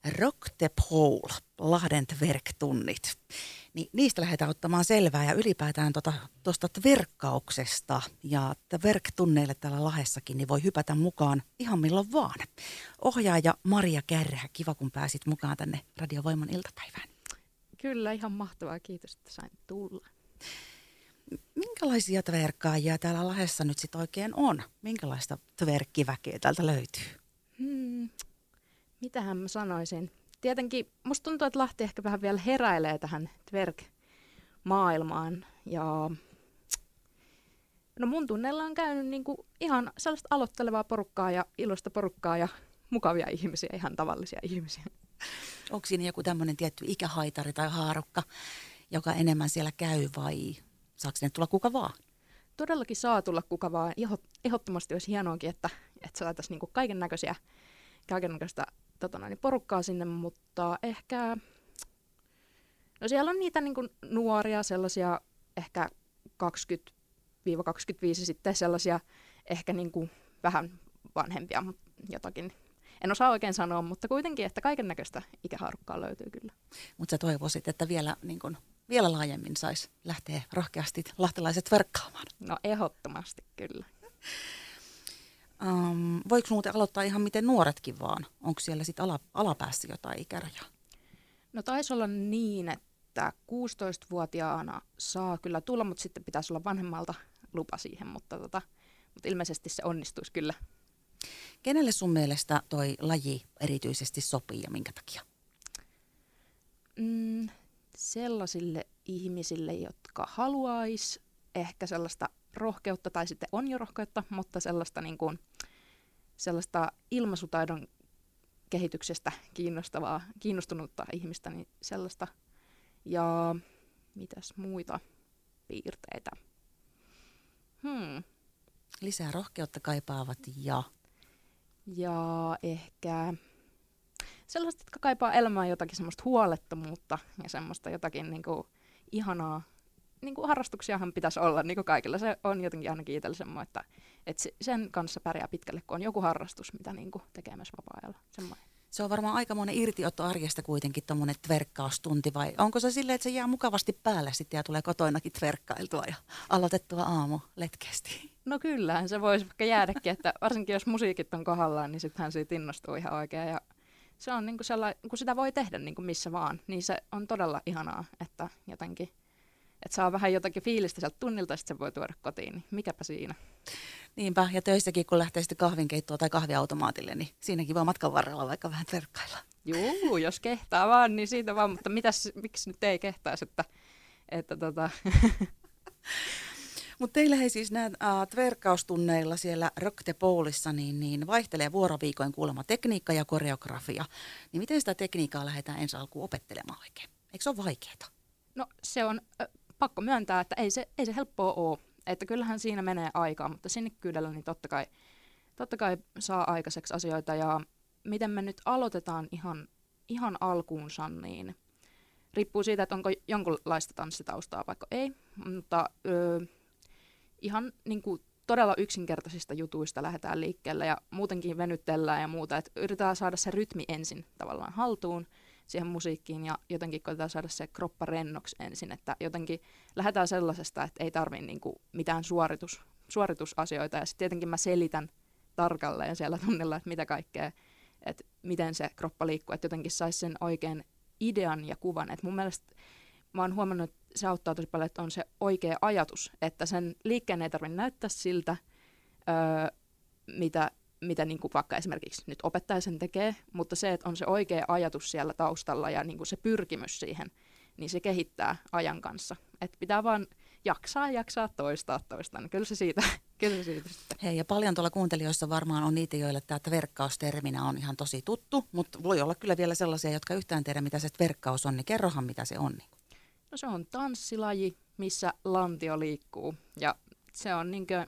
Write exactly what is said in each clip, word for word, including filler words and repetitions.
Rock the Pole, Lahden tverktunnit. Niin niistä lähdetään ottamaan selvää ja ylipäätään tuosta tota, tverkkauksesta. Ja tverktunneille täällä Lahdessakin niin voi hypätä mukaan ihan milloin vaan. Ohjaaja Maria Kärhä, kiva kun pääsit mukaan tänne Radio Voiman iltapäivään. Kyllä, ihan mahtavaa. Kiitos, että sain tulla. Minkälaisia tverkkaajia täällä Lahdessa nyt sitten oikein on? Minkälaista tverkkiväkeä täältä löytyy? Hmm. Mitähän mä sanoisin? Tietenkin musta tuntuu, että Lahti ehkä vähän vielä heräilee tähän tverk-maailmaan. Ja no mun tunneilla on käynyt niinku ihan sellaista aloittelevaa porukkaa ja iloista porukkaa ja mukavia ihmisiä, ihan tavallisia ihmisiä. Onko siinä joku tämmöinen tietty ikähaitari tai haarukka, joka enemmän siellä käy vai saako sinne tulla kuka vaan? Todellakin saa tulla kuka vaan. Ehdottomasti olisi hienoakin, että, että saataisiin niinku kaiken näköisiä kaikennäköistä tota noin, porukkaa sinne, mutta ehkä, no siellä on niitä niin kuin nuoria, sellaisia ehkä kaksikymmentä kaksikymmentäviisi sitten sellaisia ehkä niin kuin vähän vanhempia, mutta jotakin. En osaa oikein sanoa, mutta kuitenkin, että kaiken näköistä ikähaarukkaa löytyy kyllä. Mutta sä toivoisit, että vielä, niin kun, vielä laajemmin saisi lähteä rohkeasti lahtelaiset verkkaamaan? No ehdottomasti kyllä. Um, voiko muuten aloittaa ihan miten nuoretkin vaan? Onko siellä sitten ala, alapäässä jotain ikärajaa? No taisi olla niin, että kuusitoistavuotiaana saa kyllä tulla, mutta sitten pitäisi olla vanhemmalta lupa siihen, mutta, tota, mutta ilmeisesti se onnistuisi kyllä. Kenelle sun mielestä toi laji erityisesti sopii ja minkä takia? Mm, sellaisille ihmisille, jotka haluaisi ehkä sellaista rohkeutta, tai sitten on jo rohkeutta, mutta sellaista, niin kuin, sellaista ilmaisutaidon kehityksestä kiinnostavaa, kiinnostunutta ihmistä, niin sellaista. Ja mitäs muita piirteitä? Hmm. Lisää rohkeutta kaipaavat ja... Ja ehkä sellaiset, jotka kaipaa elämään jotakin semmoista huolettomuutta ja semmoista jotakin niin kuin ihanaa. Niin kuin harrastuksiahan pitäisi olla, niin kuin kaikilla. Se on jotenkin ainakin itsellä semmoinen, että, että sen kanssa pärjää pitkälle, kun on joku harrastus, mitä niin kuin tekee myös vapaa-ajalla. Semmoinen. Se on varmaan aikamoinen irtiotto arjesta kuitenkin tuommoinen tverkkaustunti, vai onko se silleen, että se jää mukavasti päälle sitten ja tulee kotoinakin tverkkailtua ja aloitettua aamu letkeästi? No kyllähän se voisi vaikka jäädäkin, että varsinkin jos musiikit on kohdallaan, niin sittenhän siitä innostuu ihan oikein. Ja se on niin kuin sellainen, kun sitä voi tehdä niin kuin missä vaan, niin se on todella ihanaa, että jotenkin... Että saa vähän jotakin fiilistä sieltä tunnilta, sitten se voi tuoda kotiin, niin mikäpä siinä. Niinpä, ja töissäkin kun lähtee sitten kahvinkeittoon tai kahviautomaatille, niin siinäkin voi matkan varrella vaikka vähän tverkkailla. Juu, jos kehtaa vaan, niin siitä vaan, mutta mitäs, miksi nyt ei kehtaisi, että, että tota... Mutta teillä he siis nämä äh, tverkkaustunneilla siellä Rock the Poleissa, niin, niin vaihtelee vuoroviikoin kuulemma tekniikka ja koreografia. Niin miten sitä tekniikkaa lähdetään ensi alkuun opettelemaan oikein? Eikö se ole vaikeaa? No se on... Äh, Pakko myöntää, että ei se, ei se helppoa ole. Että kyllähän siinä menee aikaa, mutta sinnikkyydellä niin totta kai, totta kai saa aikaiseksi asioita. Ja miten me nyt aloitetaan ihan, ihan alkuunsa, niin riippuu siitä, että onko jonkunlaista tanssitaustaa vaikka ei. Mutta öö, ihan niin kuin todella yksinkertaisista jutuista lähdetään liikkeelle ja muutenkin venytellään ja muuta. Että yritetään saada se rytmi ensin tavallaan haltuun siihen musiikkiin ja jotenkin koitetaan saada se kroppa rennoksi ensin, että jotenkin lähdetään sellaisesta, että ei tarvitse niinku mitään suoritus, suoritusasioita ja sitten tietenkin mä selitän tarkalleen siellä tunnilla, että mitä kaikkea, että miten se kroppa liikkuu, että jotenkin saisi sen oikean idean ja kuvan, että mun mielestä mä oon huomannut, että se auttaa tosi paljon, että on se oikea ajatus, että sen liikkeen ei tarvitse näyttää siltä, öö, mitä mitä niin kuin vaikka esimerkiksi nyt opettaja sen tekee, mutta se, että on se oikea ajatus siellä taustalla ja niin kuin se pyrkimys siihen, niin se kehittää ajan kanssa. Että pitää vaan jaksaa, jaksaa, toistaa, toistaa, niin kyllä se siitä, kyllä se siitä sitten. Hei, ja paljon tuolla kuuntelijoissa varmaan on niitä, joille tämä tverkkausterminä on ihan tosi tuttu, mutta voi olla kyllä vielä sellaisia, jotka yhtään tiedä, mitä se tverkkaus on, niin kerrohan, mitä se on. No se on tanssilaji, missä lantio liikkuu, ja se on niinkö...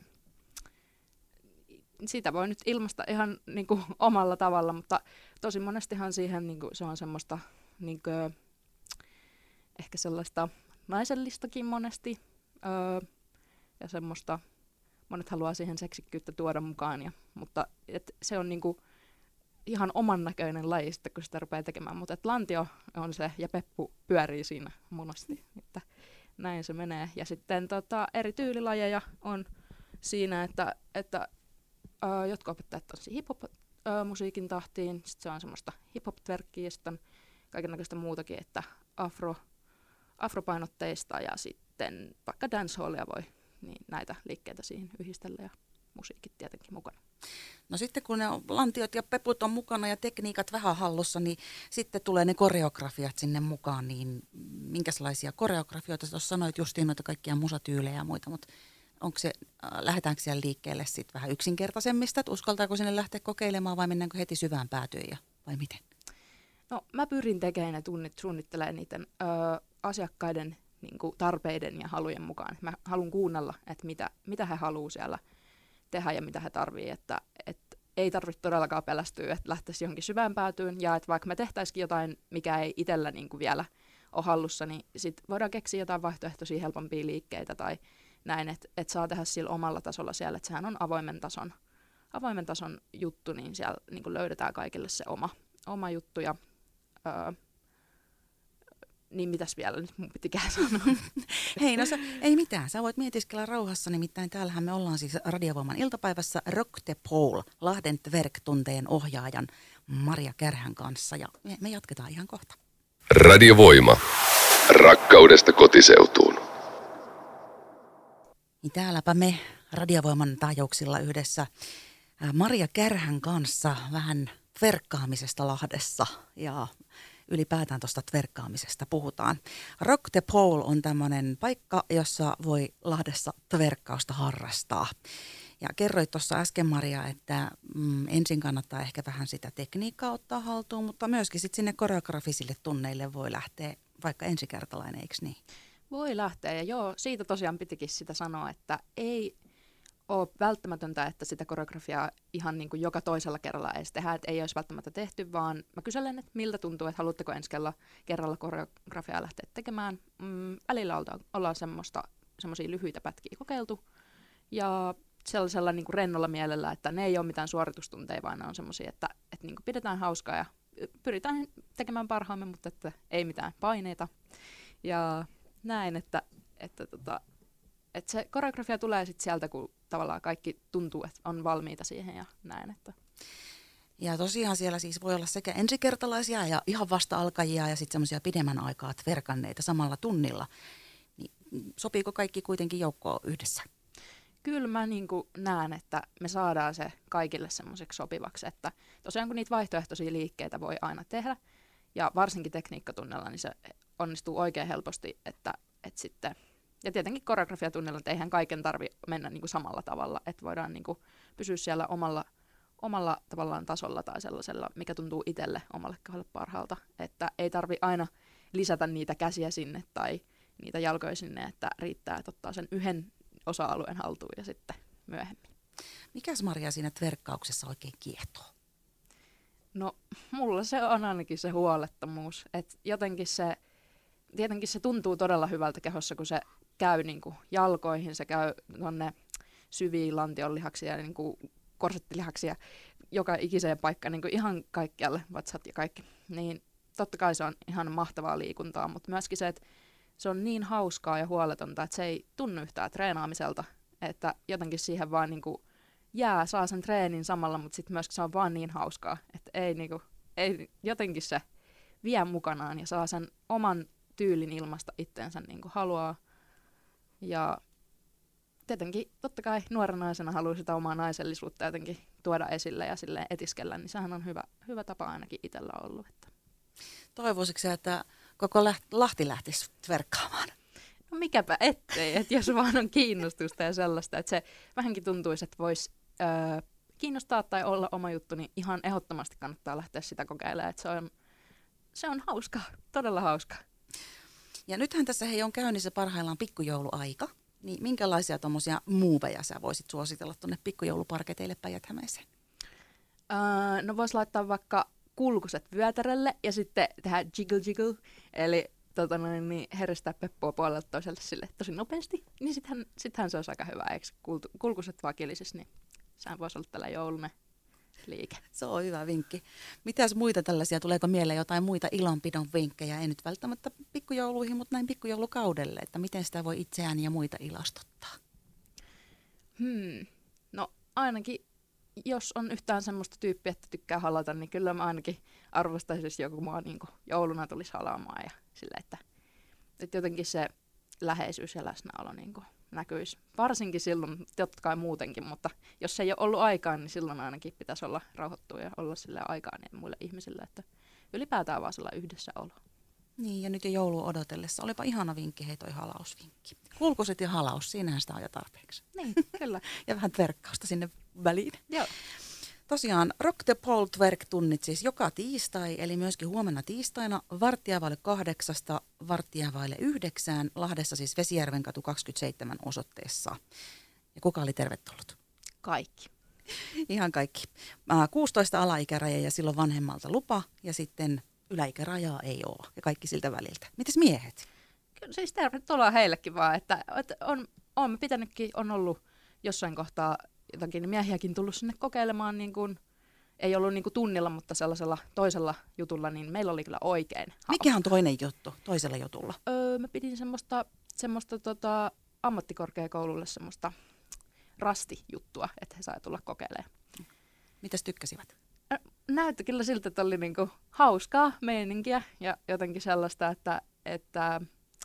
Sitä voi nyt ilmaista ihan niin kuin omalla tavalla, mutta tosi monestihan siihen niin kuin, se on semmoista niin kuin, ehkä sellaista naisellistakin monesti öö, ja semmoista, monet haluaa siihen seksikkyyttä tuoda mukaan, ja, mutta et se on niin kuin, ihan oman näköinen laji sitten, kun sitä rupeaa tekemään. Mutta lantio on se ja peppu pyörii siinä monasti. Että näin se menee. Ja sitten tota, eri tyylilajeja on siinä, että, että ää, jotkut opettajat tanssii hip-hop-musiikin tahtiin. Sitten se on semmoista hip-hop-tverkkiä ja sitten on kaikennäköistä muutakin, että afro, afropainotteista ja sitten vaikka dancehallia voi niin näitä liikkeitä siihen yhdistellä ja musiikit tietenkin mukana. No sitten kun ne lantiot ja peput on mukana ja tekniikat vähän hallussa, niin sitten tulee ne koreografiat sinne mukaan, niin minkälaisia koreografioita, tuossa sanoit justiin noita kaikkia musatyylejä ja muita, mutta onko se, äh, lähdetäänkö siellä liikkeelle sitten vähän yksinkertaisemmista, että uskaltaako sinne lähteä kokeilemaan vai mennäänkö heti syvään päätyyn ja vai miten? No mä pyrin tekemään ne tunnit, suunnittelemaan niiden ö, asiakkaiden niin kuin tarpeiden ja halujen mukaan. Mä haluan kuunnella, että mitä, mitä he haluaa siellä tehdä ja mitä he tarvii, että et ei tarvitse todellakaan pelästyä, että lähtisi johonkin syvään päätyyn, ja että vaikka me tehtäisikin jotain, mikä ei itsellä niin kuin vielä ole hallussa, niin sit voidaan keksiä jotain vaihtoehtoisia helpompia liikkeitä tai näin, että et saa tehdä sillä omalla tasolla siellä, että sehän on avoimen tason, avoimen tason juttu, niin siellä niin kuin löydetään kaikille se oma, oma juttu, ja öö, niin mitäs vielä nyt mun pitikään sanoa? Hei, no sä, ei mitään. Sä voit mietiskellä rauhassa, nimittäin täällähän me ollaan siis Radiovoiman iltapäivässä Rock the Pole, Lahden Tverk-tunteen ohjaajan Maria Kärhän kanssa ja me, me jatketaan ihan kohta. Radiovoima. Rakkaudesta kotiseutuun. Niin täälläpä me Radiovoiman taajuuksilla yhdessä Maria Kärhän kanssa vähän tverkkaamisesta Lahdessa ja ylipäätään tuosta tverkkaamisesta puhutaan. Rock the Pole on tämmöinen paikka, jossa voi Lahdessa tverkkausta harrastaa. Ja kerroit tuossa äsken, Maria, että mm, ensin kannattaa ehkä vähän sitä tekniikkaa ottaa haltuun, mutta myöskin sit sinne koreografisille tunneille voi lähteä vaikka ensikertalainen, eikö niin? Voi lähteä, ja joo, siitä tosiaan pitikin sitä sanoa, että ei ole välttämätöntä, että sitä koreografiaa ihan niin kuin joka toisella kerralla edes tehdä, että ei olisi välttämättä tehty, vaan mä kyselen, että miltä tuntuu, että haluatteko ensi kerralla koreografiaa lähteä tekemään. Mm, välillä ollaan, ollaan semmoista, semmoisia lyhyitä pätkiä kokeiltu, ja sellaisella niin kuin rennolla mielellä, että ne ei ole mitään suoritustunteja, vaan ne on semmoisia, että, että niin kuin pidetään hauskaa ja pyritään tekemään parhaamme, mutta että ei mitään paineita. Ja näin, että, että, tota, että se koreografia tulee sitten sieltä, kun tavallaan kaikki tuntuu, että on valmiita siihen ja näin. Että. Ja tosiaan siellä siis voi olla sekä ensikertalaisia ja ihan vasta-alkajia ja sitten semmoisia pidemmän aikaa tverkanneita samalla tunnilla. Niin, sopiiko kaikki kuitenkin joukkoon yhdessä? Kyllä mä niin kuin näen, että me saadaan se kaikille semmoiseksi sopivaksi, että tosiaan kun niitä vaihtoehtoisia liikkeitä voi aina tehdä, ja varsinkin tekniikkatunnella, niin se onnistuu oikein helposti, että, että sitten, ja tietenkin koreografiatunnilla, että eihän kaiken tarvitse mennä niin kuin samalla tavalla, että voidaan niin kuin pysyä siellä omalla, omalla tavallaan tasolla tai sellaisella, mikä tuntuu itselle omalle kohdalle parhaalta, että ei tarvi aina lisätä niitä käsiä sinne tai niitä jalkoja sinne, että riittää, että ottaa sen yhden osa-alueen haltuun ja sitten myöhemmin. Mikäs, Maria, siinä tverkkauksessa oikein kiehtoo? No, mulla se on ainakin se huolettomuus. Et jotenkin se, tietenkin se tuntuu todella hyvältä kehossa, kun se käy niinku jalkoihin, se käy tonne syviin lantionlihaksia ja niinku korsettilihaksia joka ikiseen paikkaan, niinku ihan kaikkialle, vatsat ja kaikki. Niin totta kai se on ihan mahtavaa liikuntaa, mutta myöskin se, että se on niin hauskaa ja huoletonta, että se ei tunnu yhtään treenaamiselta, että jotenkin siihen vaan niinku jää, saa sen treenin samalla, mutta sitten myöskin se on vaan niin hauskaa, että ei, niinku, ei jotenkin se vie mukanaan ja saa sen oman tyylin ilmasta itteensä niin kuin haluaa. Ja tietenkin totta kai nuorena naisena haluaa sitä omaa naisellisuutta jotenkin tuoda esille ja silleen etiskellä, niin sehän on hyvä, hyvä tapa ainakin itsellä ollut. Että. Toivoisitko sä, että koko Lahti lähtisi tverkkaamaan? No mikäpä ettei, että jos vaan on kiinnostusta ja sellaista, että se vähänkin tuntuisi, että voisi öö, kiinnostaa tai olla oma juttu, niin ihan ehdottomasti kannattaa lähteä sitä kokeilemaan, että se on, se on hauskaa, todella hauskaa. Ja nythän tässä hei on käynnissä parhaillaan pikkujouluaika, niin minkälaisia tuommoisia muuveja sä voisit suositella tuonne pikkujouluparketeille Päijät-Hämeeseen? Öö, no vois laittaa vaikka kulkuset vyötärelle ja sitten tehdä jiggle jiggle, eli tota noin, niin heristää peppua puolelta toiselle sille tosi nopeasti, niin sittenhän, sittenhän se olisi aika hyvä, eikö kulkuset vaan kilisisi, niin sehän voisi olla tällä joulunen liike. Se on hyvä vinkki. Mitäs muita tällaisia, tuleeko mieleen jotain muita ilonpidon vinkkejä? Ei nyt välttämättä pikkujouluihin, mutta näin pikkujoulukaudelle, että miten sitä voi itseään ja muita ilastuttaa? Hmm. No ainakin, jos on yhtään semmoista tyyppiä, että tykkää halata, niin kyllä mä ainakin arvostaisin, jos joku mua niin kuin jouluna tulisi halaamaan. Ja sille, että, että jotenkin se läheisyys ja läsnäolo niin kuin näkyisi. Varsinkin silloin, totta kai muutenkin, mutta jos ei ole ollut aikaa, niin silloin ainakin pitäisi olla rauhoittua ja olla sille aikaa niin muille ihmisille, että ylipäätään vaan sillä yhdessäolo. Niin, ja nyt jo joulua odotellessa. Olipa ihana vinkki, hei toi halausvinkki. Kulkuset ja halaus, siinähän sitä on jo tarpeeksi. Niin, kyllä. Ja vähän tverkkausta sinne väliin. Joo. Tosiaan Rock the Pole Twerk-tunnit siis joka tiistai, eli myöskin huomenna tiistaina varttia vaille kahdeksasta, varttia vaille yhdeksään, Lahdessa siis Vesijärven katu kaksikymmentäseitsemän osoitteessa. Ja kuka oli tervetullut? Kaikki. Ihan kaikki. Äh, kuusitoista alaikäraja ja silloin vanhemmalta lupa ja sitten yläikärajaa ei ole ja kaikki siltä väliltä. Mites miehet? Kyllä siis tervetuloa heillekin vaan, että, että on, on pitänytkin, on ollut jossain kohtaa jotakin miehiäkin tullut sinne kokeilemaan, niin kuin, ei ollut niin kuin tunnilla, mutta sellaisella toisella jutulla, niin meillä oli kyllä oikein hauska. Mikä on toinen juttu toisella jutulla? Öö, mä pidin semmoista, semmoista tota, ammattikorkeakoululle semmoista rastijuttua, että he sai tulla kokeilemaan. Mitäs tykkäsivät? Näytti kyllä siltä, että oli niinku hauskaa meininkiä ja jotenkin sellaista, että, että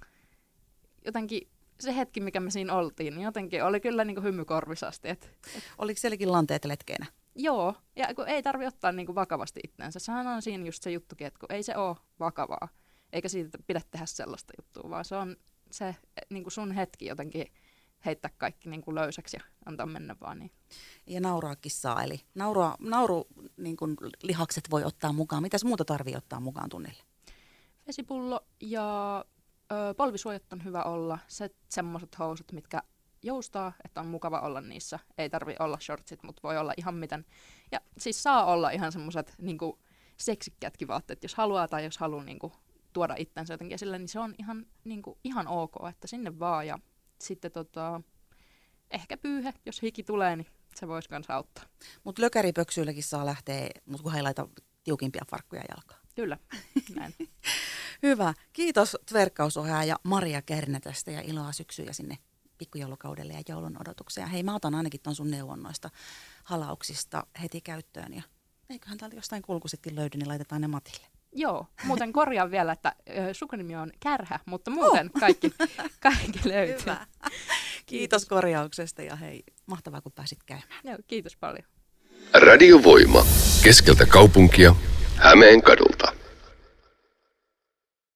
jotenkin se hetki, mikä me siinä oltiin, niin jotenkin oli kyllä niinku hymykorvisasti. Et, et, Oliko sielläkin lanteet letkeenä? joo, ja kun ei tarvitse ottaa niinku vakavasti itseänsä. Sehän on siinä just se juttukin, että kun ei se ole vakavaa, eikä siitä pidä tehdä sellaista juttua, vaan se on se niinku sun hetki jotenkin heittää kaikki niinku löysäksi ja antaa mennä vaan niin. Ja nauraakin saa, eli naurua, nauru niin kun lihakset voi ottaa mukaan. Mitäs muuta tarvii ottaa mukaan tunnille? Vesipullo ja ö, polvisuojat on hyvä olla. Se, semmoiset housut, mitkä joustaa, että on mukava olla niissä. Ei tarvi olla shortsit, mutta voi olla ihan miten. Ja siis saa olla ihan semmoiset niinku seksikkäätkin vaatteet, jos haluaa tai jos haluaa niinku tuoda itsensä jotenkin esille, niin se on ihan, niinku, ihan ok, että sinne vaan. Ja sitten tota, ehkä pyyhe, jos hiki tulee, niin se voisi kanssa auttaa. Mutta lökäripöksyilläkin saa lähteä, mutta kun he laita tiukimpia farkkuja jalkaan. Kyllä, näin. Hyvä. Kiitos tverkkausohjaaja Maria Kärnä tästä ja iloa syksyä sinne pikkujoulukaudelle ja joulun odotukseen. Hei, mä otan ainakin ton sun neuvon noista halauksista heti käyttöön ja eiköhän täältä jostain kulkusitkin löydy, niin laitetaan ne Matille. Joo, muuten korjaan vielä, että ö, sukunimi on Kärhä, mutta muuten oh. kaikki, kaikki löytyy. Hyvä. Kiitos korjauksesta ja hei, mahtavaa kun pääsit käymään. Joo, kiitos paljon. Radio Voima. Keskeltä kaupunkia. Hämeen kadulta.